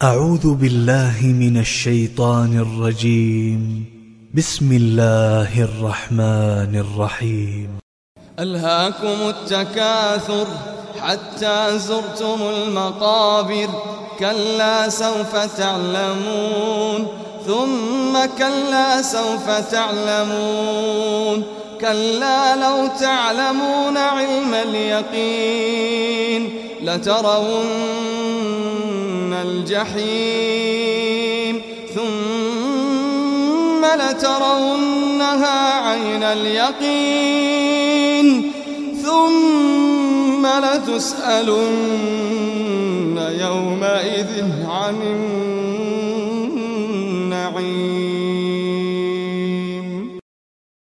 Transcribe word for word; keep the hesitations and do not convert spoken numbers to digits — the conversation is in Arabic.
أعوذ بالله من الشيطان الرجيم. بسم الله الرحمن الرحيم. ألهاكم التكاثر حتى زرتم المقابر، كلا سوف تعلمون ثم كلا سوف تعلمون، كلا لو تعلمون علم اليقين لترون الجحيم ثم لترونها عين اليقين ثم لتسألن يومئذ عن